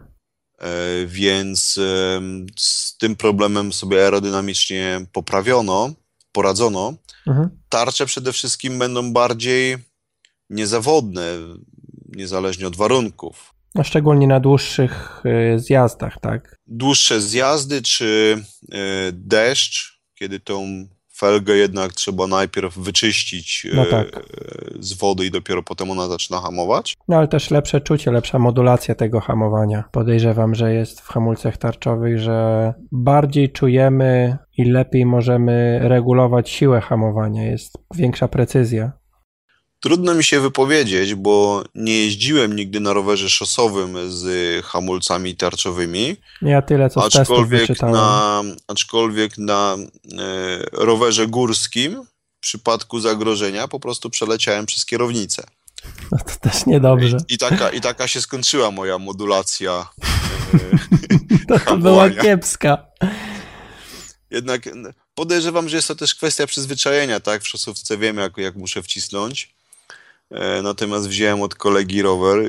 więc z tym problemem sobie aerodynamicznie poradzono. Tarcze przede wszystkim będą bardziej niezawodne, niezależnie od warunków. No szczególnie na dłuższych zjazdach, tak? Dłuższe zjazdy czy deszcz, kiedy tą felgę jednak trzeba najpierw wyczyścić z wody i dopiero potem ona zaczyna hamować. No ale też lepsze czucie, lepsza modulacja tego hamowania. Podejrzewam, że jest w hamulcach tarczowych, że bardziej czujemy i lepiej możemy regulować siłę hamowania. Jest większa precyzja. Trudno mi się wypowiedzieć, bo nie jeździłem nigdy na rowerze szosowym z hamulcami tarczowymi. Ja tyle, co z testów wyczytałem. Aczkolwiek na rowerze górskim w przypadku zagrożenia po prostu przeleciałem przez kierownicę. No to też niedobrze. I taka się skończyła moja modulacja to była kiepska. Jednak podejrzewam, że jest to też kwestia przyzwyczajenia, tak? W szosówce wiem, jak muszę wcisnąć. Natomiast wziąłem od kolegi rower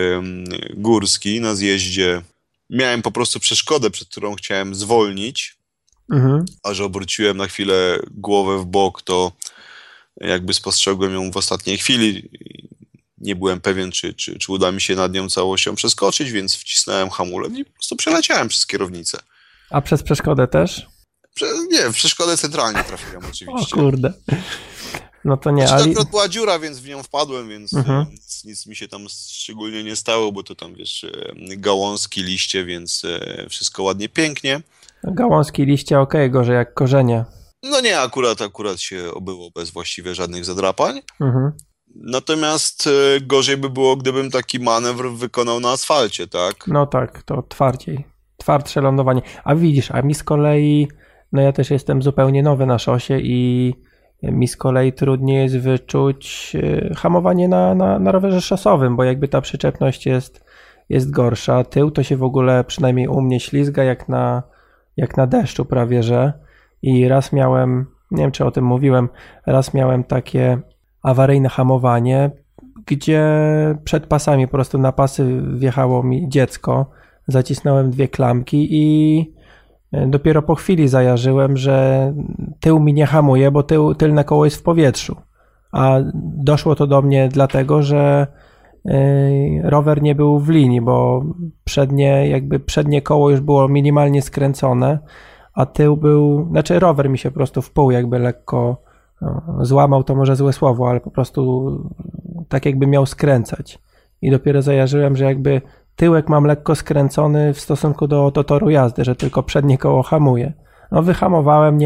górski na zjeździe. Miałem po prostu przeszkodę, przed którą chciałem zwolnić, a że obróciłem na chwilę głowę w bok, to jakby spostrzegłem ją w ostatniej chwili. Nie byłem pewien, czy uda mi się nad nią całością przeskoczyć, więc wcisnąłem hamulec i po prostu przeleciałem przez kierownicę. A przez przeszkodę też? Nie, w przeszkodę centralnie trafiłem oczywiście. O kurde. No to nie, ale... Akurat była dziura, więc w nią wpadłem, więc nic mi się tam szczególnie nie stało, bo to tam, wiesz, gałązki, liście, więc wszystko ładnie, pięknie. Gałązki, liście okej, gorzej jak korzenie. No nie, akurat się obyło bez właściwie żadnych zadrapań. Natomiast gorzej by było, gdybym taki manewr wykonał na asfalcie, tak? No tak, to twardsze lądowanie. A widzisz, a mi z kolei, no ja też jestem zupełnie nowy na szosie i mi z kolei trudniej jest wyczuć hamowanie na rowerze szosowym, bo jakby ta przyczepność jest gorsza. Tył to się w ogóle przynajmniej u mnie ślizga jak na deszczu prawie, że. I raz miałem, nie wiem czy o tym mówiłem, raz miałem takie awaryjne hamowanie, gdzie przed pasami po prostu na pasy wjechało mi dziecko, zacisnąłem 2 klamki i dopiero po chwili zajarzyłem, że tył mi nie hamuje, bo tylne koło jest w powietrzu. A doszło to do mnie dlatego, że rower nie był w linii, bo przednie koło już było minimalnie skręcone, a tył był, znaczy rower mi się po prostu w pół jakby lekko złamał, to może złe słowo, ale po prostu tak jakby miał skręcać. I dopiero zajarzyłem, że jakby tyłek mam lekko skręcony w stosunku do toru jazdy, że tylko przednie koło hamuje. No wyhamowałem,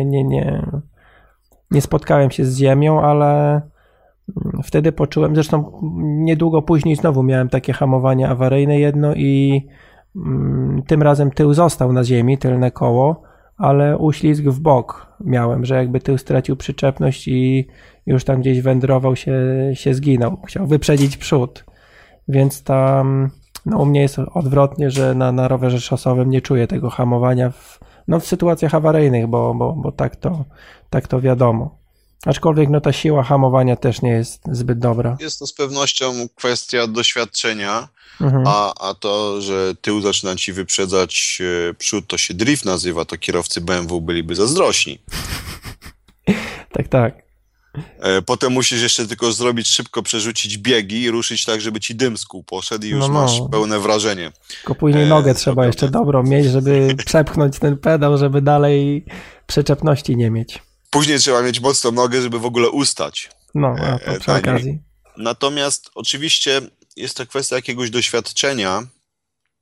nie spotkałem się z ziemią, ale wtedy poczułem, zresztą niedługo później znowu miałem takie hamowanie awaryjne jedno i tym razem tył został na ziemi, tylne koło, ale uślizg w bok miałem, że jakby tył stracił przyczepność i już tam gdzieś wędrował, się zginął. Chciał wyprzedzić przód. Więc tam u mnie jest odwrotnie, że na rowerze szosowym nie czuję tego hamowania w sytuacjach awaryjnych, bo tak to wiadomo. Aczkolwiek ta siła hamowania też nie jest zbyt dobra. Jest to z pewnością kwestia doświadczenia, a to, że tył zaczyna ci wyprzedzać przód, to się drift nazywa, to kierowcy BMW byliby zazdrośni. Tak. Potem musisz jeszcze tylko szybko przerzucić biegi i ruszyć tak, żeby ci dym z kół poszedł i już masz pełne wrażenie. Tylko później nogę trzeba jeszcze dobrą mieć, żeby przepchnąć ten pedał, żeby dalej przyczepności nie mieć. Później trzeba mieć mocną nogę, żeby w ogóle ustać. To przy okazji. Natomiast oczywiście jest to kwestia jakiegoś doświadczenia.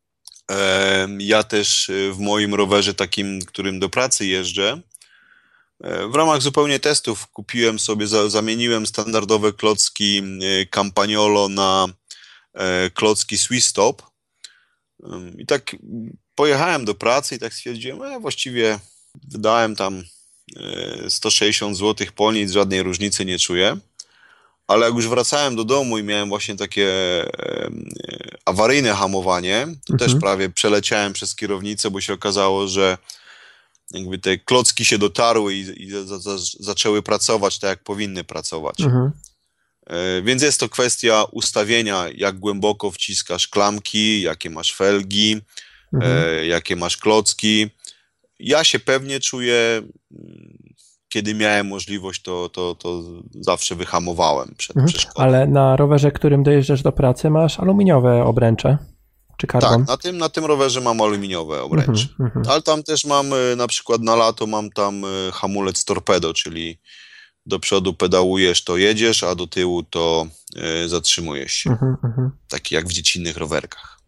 Ja też w moim rowerze takim, którym do pracy jeżdżę, W ramach zupełnie testów kupiłem sobie, zamieniłem standardowe klocki Campagnolo na klocki Swiss Stop. I tak pojechałem do pracy i tak stwierdziłem, właściwie wydałem tam 160 zł po nic, żadnej różnicy nie czuję. Ale jak już wracałem do domu i miałem właśnie takie awaryjne hamowanie, to też prawie przeleciałem przez kierownicę, bo się okazało, że jakby te klocki się dotarły i zaczęły pracować tak, jak powinny pracować. Więc jest to kwestia ustawienia, jak głęboko wciskasz klamki, jakie masz felgi, jakie masz klocki. Ja się pewnie czuję, kiedy miałem możliwość, to zawsze wyhamowałem przed przeszkodą. Ale na rowerze, którym dojeżdżasz do pracy, masz aluminiowe obręcze? Czy karbon? Tak, na tym rowerze mam aluminiowe obręcze. Ale tam też mam, na przykład na lato mam tam hamulec torpedo, czyli do przodu pedałujesz, to jedziesz, a do tyłu to zatrzymujesz się. Taki jak w dziecinnych rowerkach.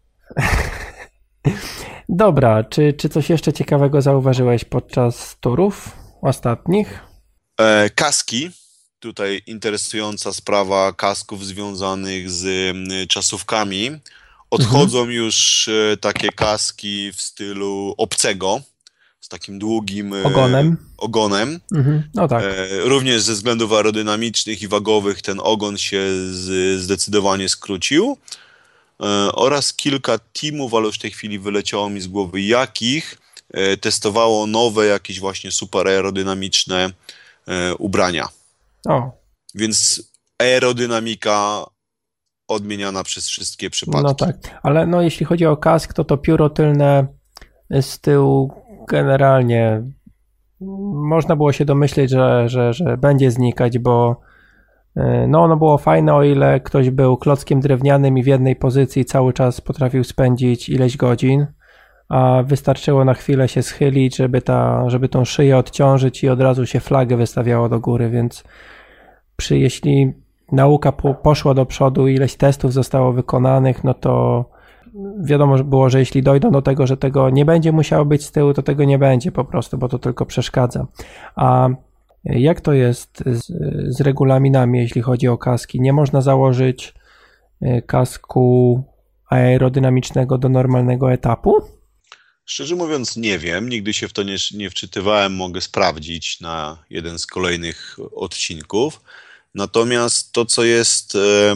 Dobra, czy coś jeszcze ciekawego zauważyłeś podczas turów ostatnich? Kaski. Tutaj interesująca sprawa kasków związanych z czasówkami. Odchodzą już takie kaski w stylu obcego, z takim długim ogonem. No tak. Również ze względów aerodynamicznych i wagowych ten ogon się zdecydowanie skrócił. Oraz kilka teamów, ale już w tej chwili wyleciało mi z głowy jakich, testowało nowe jakieś właśnie super aerodynamiczne ubrania. Więc aerodynamika odmieniana przez wszystkie przypadki. No tak, ale no jeśli chodzi o kask, to pióro tylne z tyłu generalnie można było się domyśleć, że będzie znikać, bo no ono było fajne, o ile ktoś był klockiem drewnianym i w jednej pozycji cały czas potrafił spędzić ileś godzin, a wystarczyło na chwilę się schylić, żeby tą szyję odciążyć i od razu się flagę wystawiało do góry, więc jeśli nauka poszła do przodu, ileś testów zostało wykonanych, no to wiadomo było, że jeśli dojdą do tego, że tego nie będzie musiało być z tyłu, to tego nie będzie po prostu, bo to tylko przeszkadza. A jak to jest z regulaminami, jeśli chodzi o kaski? Nie można założyć kasku aerodynamicznego do normalnego etapu? Szczerze mówiąc nie wiem, nigdy się w to nie wczytywałem, mogę sprawdzić na jeden z kolejnych odcinków. Natomiast to, co jest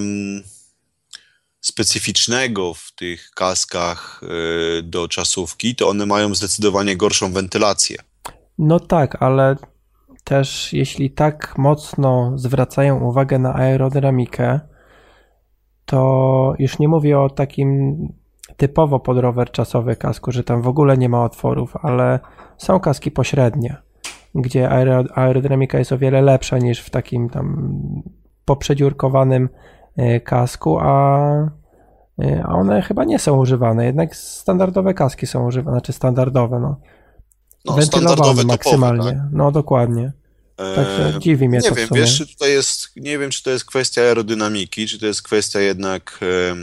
specyficznego w tych kaskach do czasówki, to one mają zdecydowanie gorszą wentylację. No tak, ale też jeśli tak mocno zwracają uwagę na aerodynamikę, to już nie mówię o takim typowo pod rower czasowy kasku, że tam w ogóle nie ma otworów, ale są kaski pośrednie, gdzie aerodynamika jest o wiele lepsza niż w takim tam poprzedziurkowanym kasku, a one chyba nie są używane, jednak standardowe kaski są używane, czy standardowe, wentylowane maksymalnie, topowe, tak? No dokładnie. Także dziwi mnie to w sumie. Nie wiem, czy to jest kwestia aerodynamiki, czy to jest kwestia jednak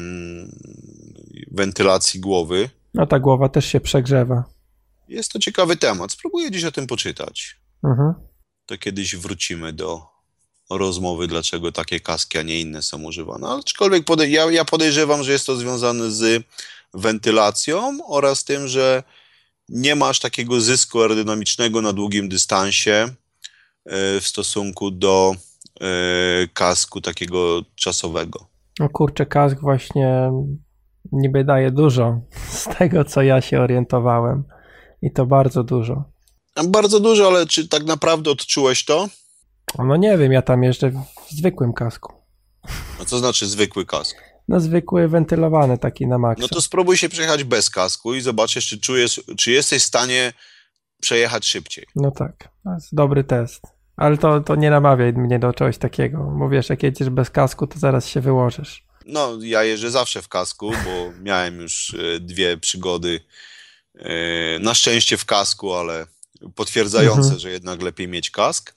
wentylacji głowy. No ta głowa też się przegrzewa. Jest to ciekawy temat. Spróbuję dziś o tym poczytać. To kiedyś wrócimy do rozmowy, dlaczego takie kaski, a nie inne są używane. Aczkolwiek ja podejrzewam, że jest to związane z wentylacją oraz tym, że nie masz takiego zysku aerodynamicznego na długim dystansie w stosunku do kasku takiego czasowego. No kurczę, kask właśnie niby daje dużo z tego, co ja się orientowałem. I to bardzo dużo. Bardzo dużo, ale czy tak naprawdę odczułeś to? No nie wiem, ja tam jeżdżę w zwykłym kasku. A co znaczy zwykły kask? No zwykły, wentylowany taki na maksa. No to spróbuj się przejechać bez kasku i zobaczysz, czy jesteś w stanie przejechać szybciej. No tak, to jest dobry test. Ale to nie namawiaj mnie do czegoś takiego. Bo wiesz, jak jedziesz bez kasku, to zaraz się wyłożysz. No, ja jeżdżę zawsze w kasku, bo miałem już 2 przygody. Na szczęście w kasku, ale potwierdzające, że jednak lepiej mieć kask.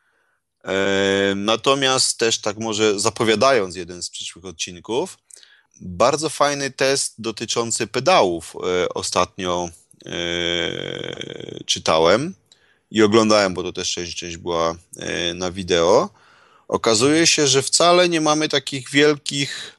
Natomiast też tak może zapowiadając jeden z przyszłych odcinków, bardzo fajny test dotyczący pedałów ostatnio czytałem. i oglądałem, bo to też część była na wideo, okazuje się, że wcale nie mamy takich wielkich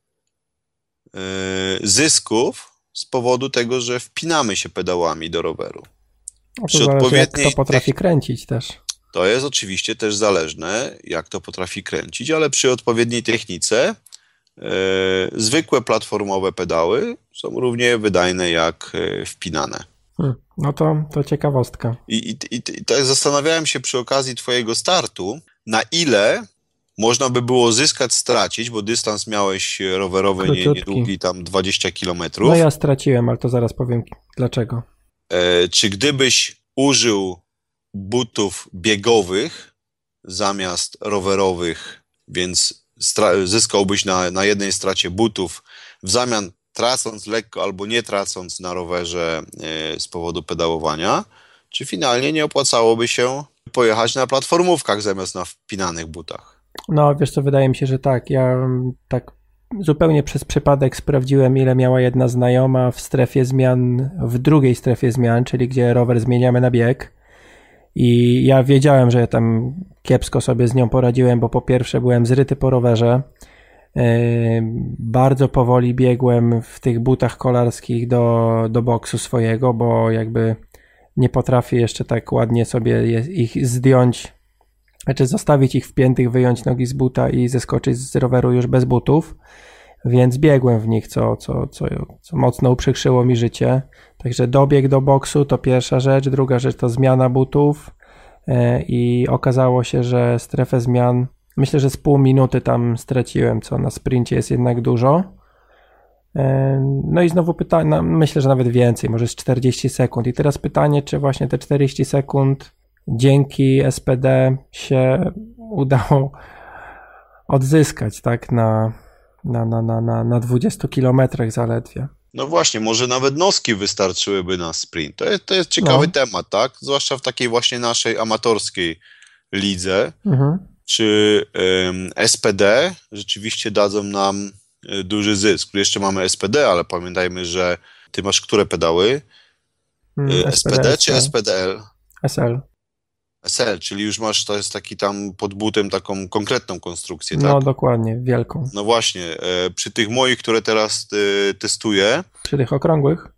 zysków z powodu tego, że wpinamy się pedałami do roweru. To zależy, jak kto potrafi kręcić też. To jest oczywiście też zależne, jak to potrafi kręcić, ale przy odpowiedniej technice zwykłe platformowe pedały są równie wydajne jak wpinane. No to ciekawostka. I tak zastanawiałem się przy okazji twojego startu, na ile można by było zyskać, stracić, bo dystans miałeś rowerowy niedługi, tam 20 km. No ja straciłem, ale to zaraz powiem dlaczego. Czy gdybyś użył butów biegowych zamiast rowerowych, więc zyskałbyś na jednej stracie butów, w zamian tracąc lekko albo nie tracąc na rowerze z powodu pedałowania, czy finalnie nie opłacałoby się pojechać na platformówkach zamiast na wpinanych butach? No wiesz co, wydaje mi się, że tak. Ja tak zupełnie przez przypadek sprawdziłem, ile miała jedna znajoma w strefie zmian, w drugiej strefie zmian, czyli gdzie rower zmieniamy na bieg. I ja wiedziałem, że ja tam kiepsko sobie z nią poradziłem, bo po pierwsze byłem zryty po rowerze. Bardzo powoli biegłem w tych butach kolarskich do boksu swojego, bo jakby nie potrafię jeszcze tak ładnie sobie ich zdjąć, znaczy zostawić ich wpiętych, wyjąć nogi z buta i zeskoczyć z roweru już bez butów, więc biegłem w nich, co mocno uprzykrzyło mi życie. Także dobieg do boksu to pierwsza rzecz, druga rzecz to zmiana butów i okazało się, że strefę zmian, myślę, że z pół minuty tam straciłem, co na sprincie jest jednak dużo. No i znowu pytanie, myślę, że nawet więcej, może z 40 sekund. I teraz pytanie, czy właśnie te 40 sekund dzięki SPD się udało odzyskać, tak, na 20 kilometrach zaledwie. No właśnie, może nawet noski wystarczyłyby na sprint. To jest ciekawy temat, tak? Zwłaszcza w takiej właśnie naszej amatorskiej lidze. Czy SPD rzeczywiście dadzą nam duży zysk? Jeszcze mamy SPD, ale pamiętajmy, że ty masz które pedały? SPD czy SPDL? SL. SL, czyli już masz, to jest taki tam pod butem taką konkretną konstrukcję, tak? No dokładnie, wielką. No właśnie, przy tych moich, które teraz testuję, Przy tych okrągłych,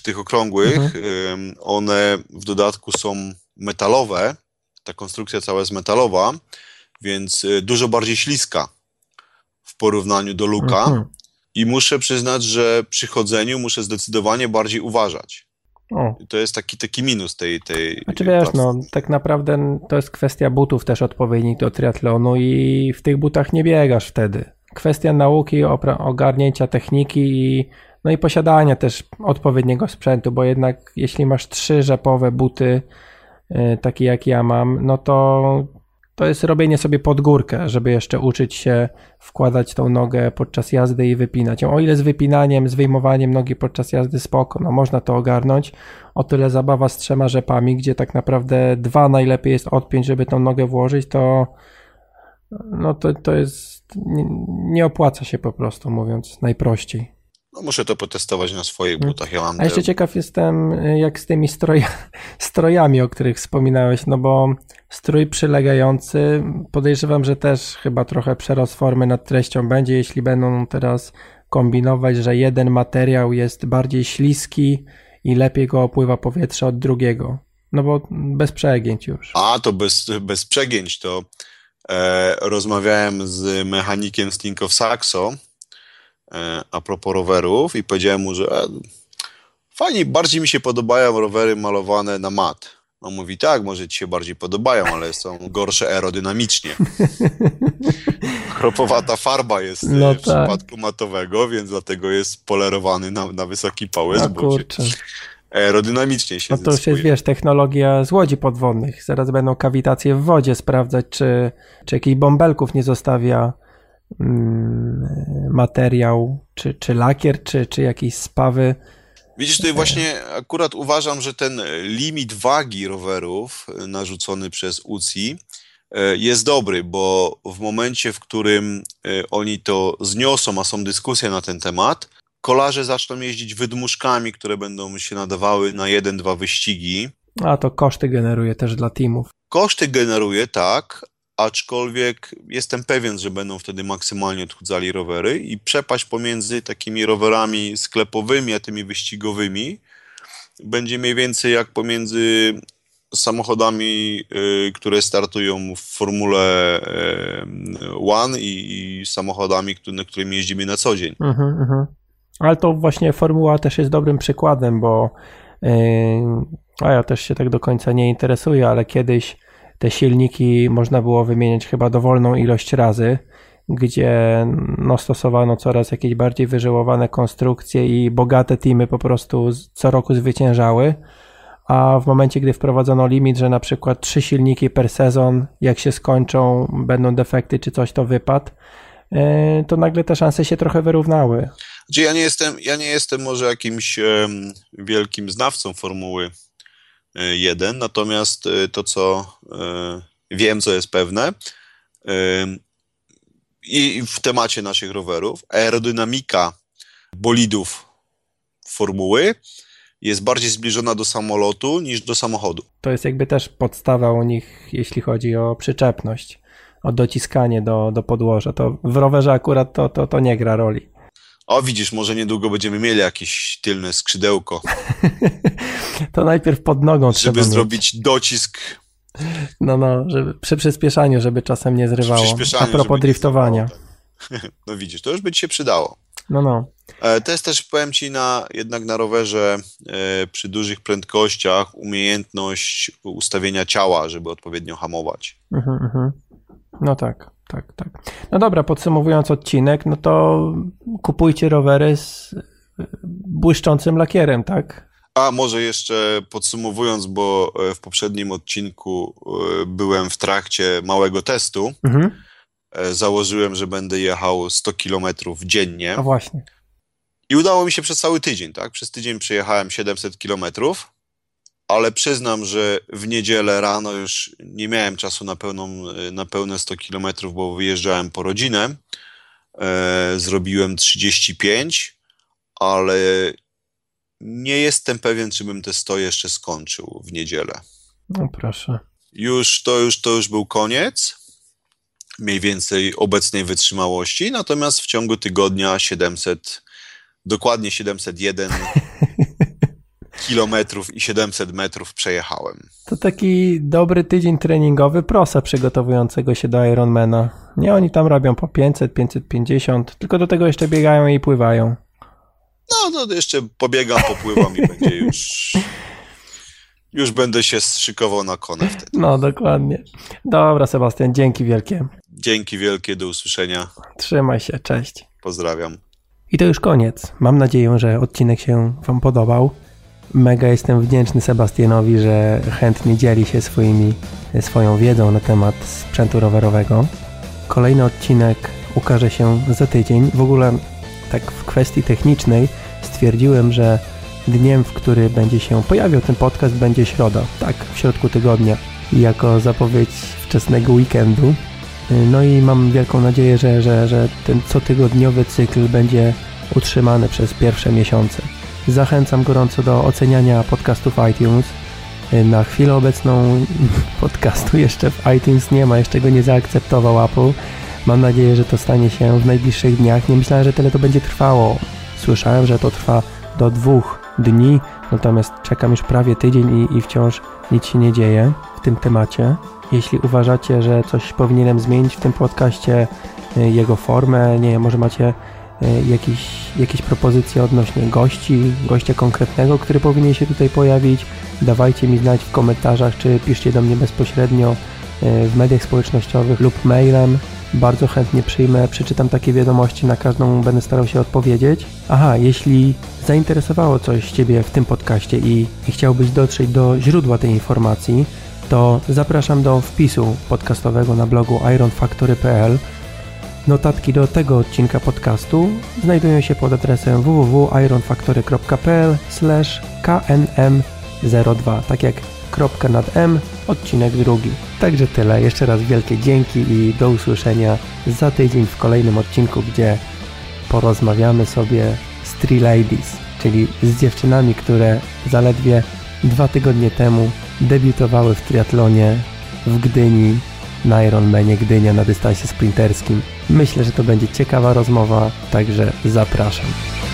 one w dodatku są metalowe, ta konstrukcja cała jest metalowa, więc dużo bardziej śliska w porównaniu do Luka i muszę przyznać, że przy chodzeniu muszę zdecydowanie bardziej uważać. To jest taki minus tej znaczy wiesz, no tak naprawdę to jest kwestia butów też odpowiednich do triatlonu i w tych butach nie biegasz wtedy. Kwestia nauki, ogarnięcia techniki i posiadania też odpowiedniego sprzętu, bo jednak jeśli masz 3 rzepowe buty, takie jak ja mam, no to jest robienie sobie pod górkę, żeby jeszcze uczyć się wkładać tą nogę podczas jazdy i wypinać ją. O ile z wypinaniem, z wyjmowaniem nogi podczas jazdy spoko, no można to ogarnąć, o tyle zabawa z 3 rzepami, gdzie tak naprawdę 2 najlepiej jest odpiąć, żeby tą nogę włożyć, to jest, nie opłaca się po prostu, mówiąc najprościej. No muszę to potestować na swoich butach. A jeszcze ciekaw jestem, jak z tymi strojami, o których wspominałeś, no bo strój przylegający, podejrzewam, że też chyba trochę przerost formy nad treścią będzie, jeśli będą teraz kombinować, że jeden materiał jest bardziej śliski i lepiej go opływa powietrze od drugiego. No bo bez przegięć już. A, to bez przegięć, to rozmawiałem z mechanikiem z Tinkoff Saxo a propos rowerów i powiedziałem mu, że fajnie, bardziej mi się podobają rowery malowane na mat. On mówi, tak, może ci się bardziej podobają, ale są gorsze aerodynamicznie. Chropowata farba jest w przypadku matowego, więc dlatego jest polerowany na wysoki pałec, bo aerodynamicznie się to już jest, wiesz, technologia z łodzi podwodnych. Zaraz będą kawitacje w wodzie sprawdzać, czy jakichś bąbelków nie zostawia materiał, czy lakier, czy jakieś spawy. Widzisz, tutaj właśnie akurat uważam, że ten limit wagi rowerów narzucony przez UCI jest dobry, bo w momencie, w którym oni to zniosą, a są dyskusje na ten temat, kolarze zaczną jeździć wydmuszkami, które będą się nadawały na 1-2 wyścigi A to koszty generuje też dla teamów. Koszty generuje, tak, aczkolwiek jestem pewien, że będą wtedy maksymalnie odchudzali rowery i przepaść pomiędzy takimi rowerami sklepowymi a tymi wyścigowymi będzie mniej więcej jak pomiędzy samochodami, które startują w Formule 1 i samochodami, którymi jeździmy na co dzień. Ale to właśnie Formuła też jest dobrym przykładem, bo a ja też się tak do końca nie interesuję, ale kiedyś te silniki można było wymieniać chyba dowolną ilość razy, gdzie stosowano coraz jakieś bardziej wyżyłowane konstrukcje i bogate teamy po prostu co roku zwyciężały, a w momencie, gdy wprowadzono limit, że na przykład 3 silniki per sezon, jak się skończą, będą defekty czy coś, to wypadł, to nagle te szanse się trochę wyrównały. Znaczy ja nie jestem może jakimś wielkim znawcą Formuły 1, natomiast to, co wiem, co jest pewne, i w temacie naszych rowerów, aerodynamika bolidów Formuły jest bardziej zbliżona do samolotu niż do samochodu. To jest jakby też podstawa u nich, jeśli chodzi o przyczepność, o dociskanie do podłoża. To w rowerze akurat to nie gra roli. O, widzisz, może niedługo będziemy mieli jakieś tylne skrzydełko. To najpierw pod nogą trzeba żeby zrobić docisk. Żeby przy przyspieszaniu, żeby czasem nie zrywało. A propos driftowania. No widzisz, to już by ci się przydało. To jest też, powiem ci, jednak na rowerze przy dużych prędkościach umiejętność ustawienia ciała, żeby odpowiednio hamować. No tak. No dobra, podsumowując odcinek, no to kupujcie rowery z błyszczącym lakierem, tak? A może jeszcze podsumowując, bo w poprzednim odcinku byłem w trakcie małego testu. Założyłem, że będę jechał 100 km dziennie. A właśnie. I udało mi się przez cały tydzień, tak? Przez tydzień przejechałem 700 km, ale przyznam, że w niedzielę rano już nie miałem czasu na pełne 100 km, bo wyjeżdżałem po rodzinę. Zrobiłem 35, ale nie jestem pewien, czy bym te 100 jeszcze skończył w niedzielę. No proszę. To już był koniec mniej więcej obecnej wytrzymałości, natomiast w ciągu tygodnia dokładnie 701 kilometrów i 700 metrów przejechałem. To taki dobry tydzień treningowy prosa przygotowującego się do Ironmana. Nie, oni tam robią po 500, 550, tylko do tego jeszcze biegają i pływają. No to jeszcze pobiegam, popływam i będzie już będę się szykował na konę wtedy. No, dokładnie. Dobra, Sebastian, dzięki wielkie. Dzięki wielkie, do usłyszenia. Trzymaj się, cześć. Pozdrawiam. I to już koniec. Mam nadzieję, że odcinek się wam podobał. Mega jestem wdzięczny Sebastianowi, że chętnie dzieli się swoją wiedzą na temat sprzętu rowerowego. Kolejny odcinek ukaże się za tydzień. W ogóle tak w kwestii technicznej stwierdziłem, że dniem, w który będzie się pojawiał ten podcast, będzie środa. Tak, w środku tygodnia. Jako zapowiedź wczesnego weekendu. No i mam wielką nadzieję, że ten cotygodniowy cykl będzie utrzymany przez pierwsze miesiące. Zachęcam gorąco do oceniania podcastów iTunes. Na chwilę obecną podcastu jeszcze w iTunes nie ma, jeszcze go nie zaakceptował Apple. Mam nadzieję, że to stanie się w najbliższych dniach. Nie myślałem, że tyle to będzie trwało. Słyszałem, że to trwa do 2 dni, natomiast czekam już prawie tydzień i wciąż nic się nie dzieje w tym temacie. Jeśli uważacie, że coś powinienem zmienić w tym podcaście, jego formę, nie wiem, może macie jakieś propozycje odnośnie gościa konkretnego, który powinien się tutaj pojawić, dawajcie mi znać w komentarzach, czy piszcie do mnie bezpośrednio w mediach społecznościowych lub mailem. Bardzo chętnie przeczytam takie wiadomości, na każdą będę starał się odpowiedzieć. Aha, jeśli zainteresowało coś Ciebie w tym podcaście i chciałbyś dotrzeć do źródła tej informacji, to zapraszam do wpisu podcastowego na blogu ironfactory.pl. Notatki do tego odcinka podcastu znajdują się pod adresem www.ironfactory.pl/knm02, tak jak kropka nad M, odcinek 2. Także tyle. Jeszcze raz wielkie dzięki i do usłyszenia za tydzień w kolejnym odcinku, gdzie porozmawiamy sobie z Three Ladies, czyli z dziewczynami, które zaledwie 2 tygodnie temu debiutowały w triatlonie w Gdyni na Ironmanie Gdynia na dystansie sprinterskim. Myślę, że to będzie ciekawa rozmowa, także zapraszam.